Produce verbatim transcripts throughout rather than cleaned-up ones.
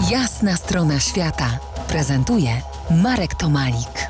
Jasna strona świata prezentuje Marek Tomalik.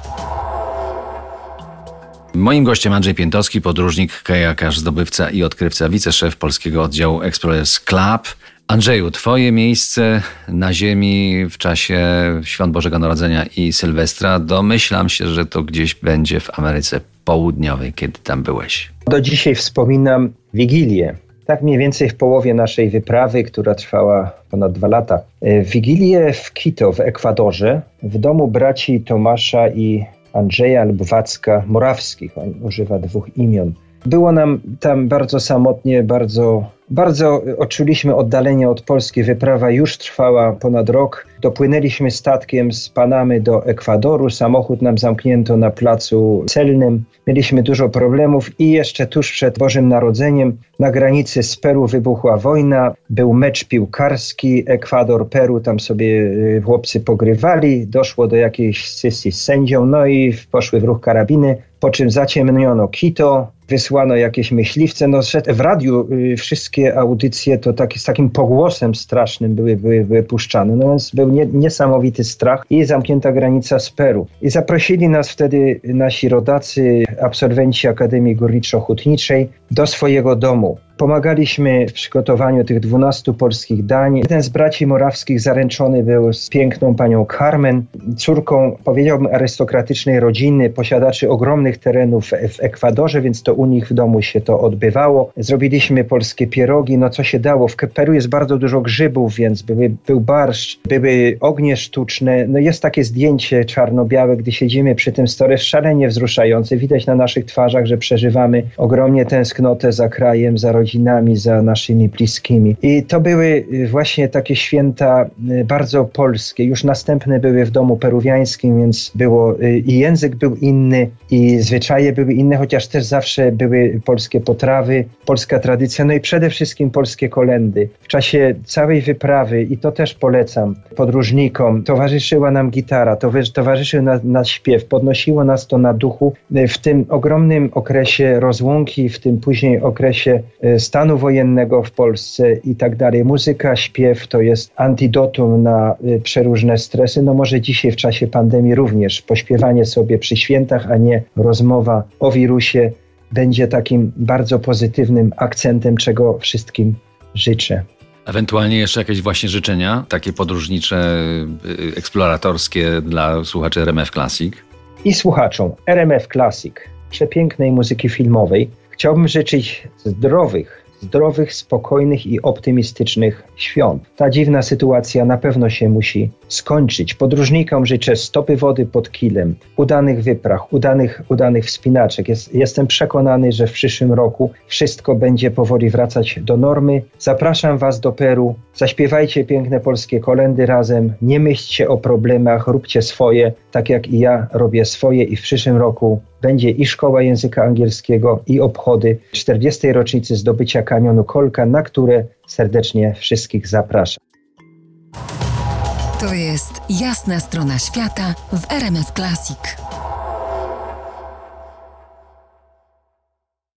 Moim gościem Andrzej Piętowski, podróżnik, kajakarz, zdobywca i odkrywca, wiceszef polskiego oddziału Explorers Club. Andrzeju, twoje miejsce na ziemi w czasie Świąt Bożego Narodzenia i Sylwestra, domyślam się, że to gdzieś będzie w Ameryce Południowej, kiedy tam byłeś. Do dzisiaj wspominam Wigilię. Tak mniej więcej w połowie naszej wyprawy, która trwała ponad dwa lata. Wigilię w Quito w Ekwadorze, w domu braci Tomasza i Andrzeja lub Wacka Morawskich. On używa dwóch imion. Było nam tam bardzo samotnie, bardzo, bardzo odczuliśmy oddalenie od Polski. Wyprawa już trwała ponad rok. Dopłynęliśmy statkiem z Panamy do Ekwadoru. Samochód nam zamknięto na placu celnym. Mieliśmy dużo problemów i jeszcze tuż przed Bożym Narodzeniem na granicy z Peru wybuchła wojna. Był mecz piłkarski Ekwador-Peru. Tam sobie chłopcy pogrywali. Doszło do jakiejś scysji z sędzią. No i poszły w ruch karabiny. Po czym zaciemniono Quito, wysłano jakieś myśliwce. No, w radiu y, wszystkie audycje to taki, z takim pogłosem strasznym były, były, były puszczane. No więc był nie, niesamowity strach i zamknięta granica z Peru. I zaprosili nas wtedy nasi rodacy, absolwenci Akademii Górniczo-Hutniczej do swojego domu. Pomagaliśmy w przygotowaniu tych dwunastu polskich dań. Jeden z braci morawskich zaręczony był z piękną panią Carmen, córką, powiedziałbym, arystokratycznej rodziny, posiadaczy ogromnych terenów w Ekwadorze, więc to u nich w domu się to odbywało. Zrobiliśmy polskie pierogi, no co się dało. W Peru jest bardzo dużo grzybów, więc były, był barszcz, były ognie sztuczne. No jest takie zdjęcie czarno-białe, gdy siedzimy przy tym stole, szalenie wzruszające. Widać na naszych twarzach, że przeżywamy ogromnie tęsknotę za krajem, za rodzinami, za naszymi bliskimi. I to były właśnie takie święta bardzo polskie. Już następne były w domu peruwiańskim, więc było i język był inny, i zwyczaje były inne, chociaż też zawsze były polskie potrawy, polska tradycja, no i przede wszystkim polskie kolędy. W czasie całej wyprawy, i to też polecam podróżnikom, towarzyszyła nam gitara, towarzyszył nas, nas śpiew, podnosiło nas to na duchu. W tym ogromnym okresie rozłąki, w tym później okresie stanu wojennego w Polsce i tak dalej. Muzyka, śpiew to jest antidotum na y, przeróżne stresy. No może dzisiaj w czasie pandemii również pośpiewanie sobie przy świętach, a nie rozmowa o wirusie będzie takim bardzo pozytywnym akcentem, czego wszystkim życzę. Ewentualnie jeszcze jakieś właśnie życzenia, takie podróżnicze, y, eksploratorskie dla słuchaczy R M F Classic? I słuchaczom R M F Classic, przepięknej muzyki filmowej, chciałbym życzyć zdrowych, zdrowych, spokojnych i optymistycznych świąt. Ta dziwna sytuacja na pewno się musi skończyć. Podróżnikom życzę stopy wody pod kilem, udanych wypraw, udanych, udanych wspinaczek. Jest, jestem przekonany, że w przyszłym roku wszystko będzie powoli wracać do normy. Zapraszam Was do Peru. Zaśpiewajcie piękne polskie kolędy razem. Nie myślcie o problemach, róbcie swoje, tak jak i ja robię swoje, i w przyszłym roku będzie i szkoła języka angielskiego, i obchody czterdziestej rocznicy zdobycia kanionu Kolka, na które serdecznie wszystkich zapraszam. To jest Jasna strona świata w R M F Classic.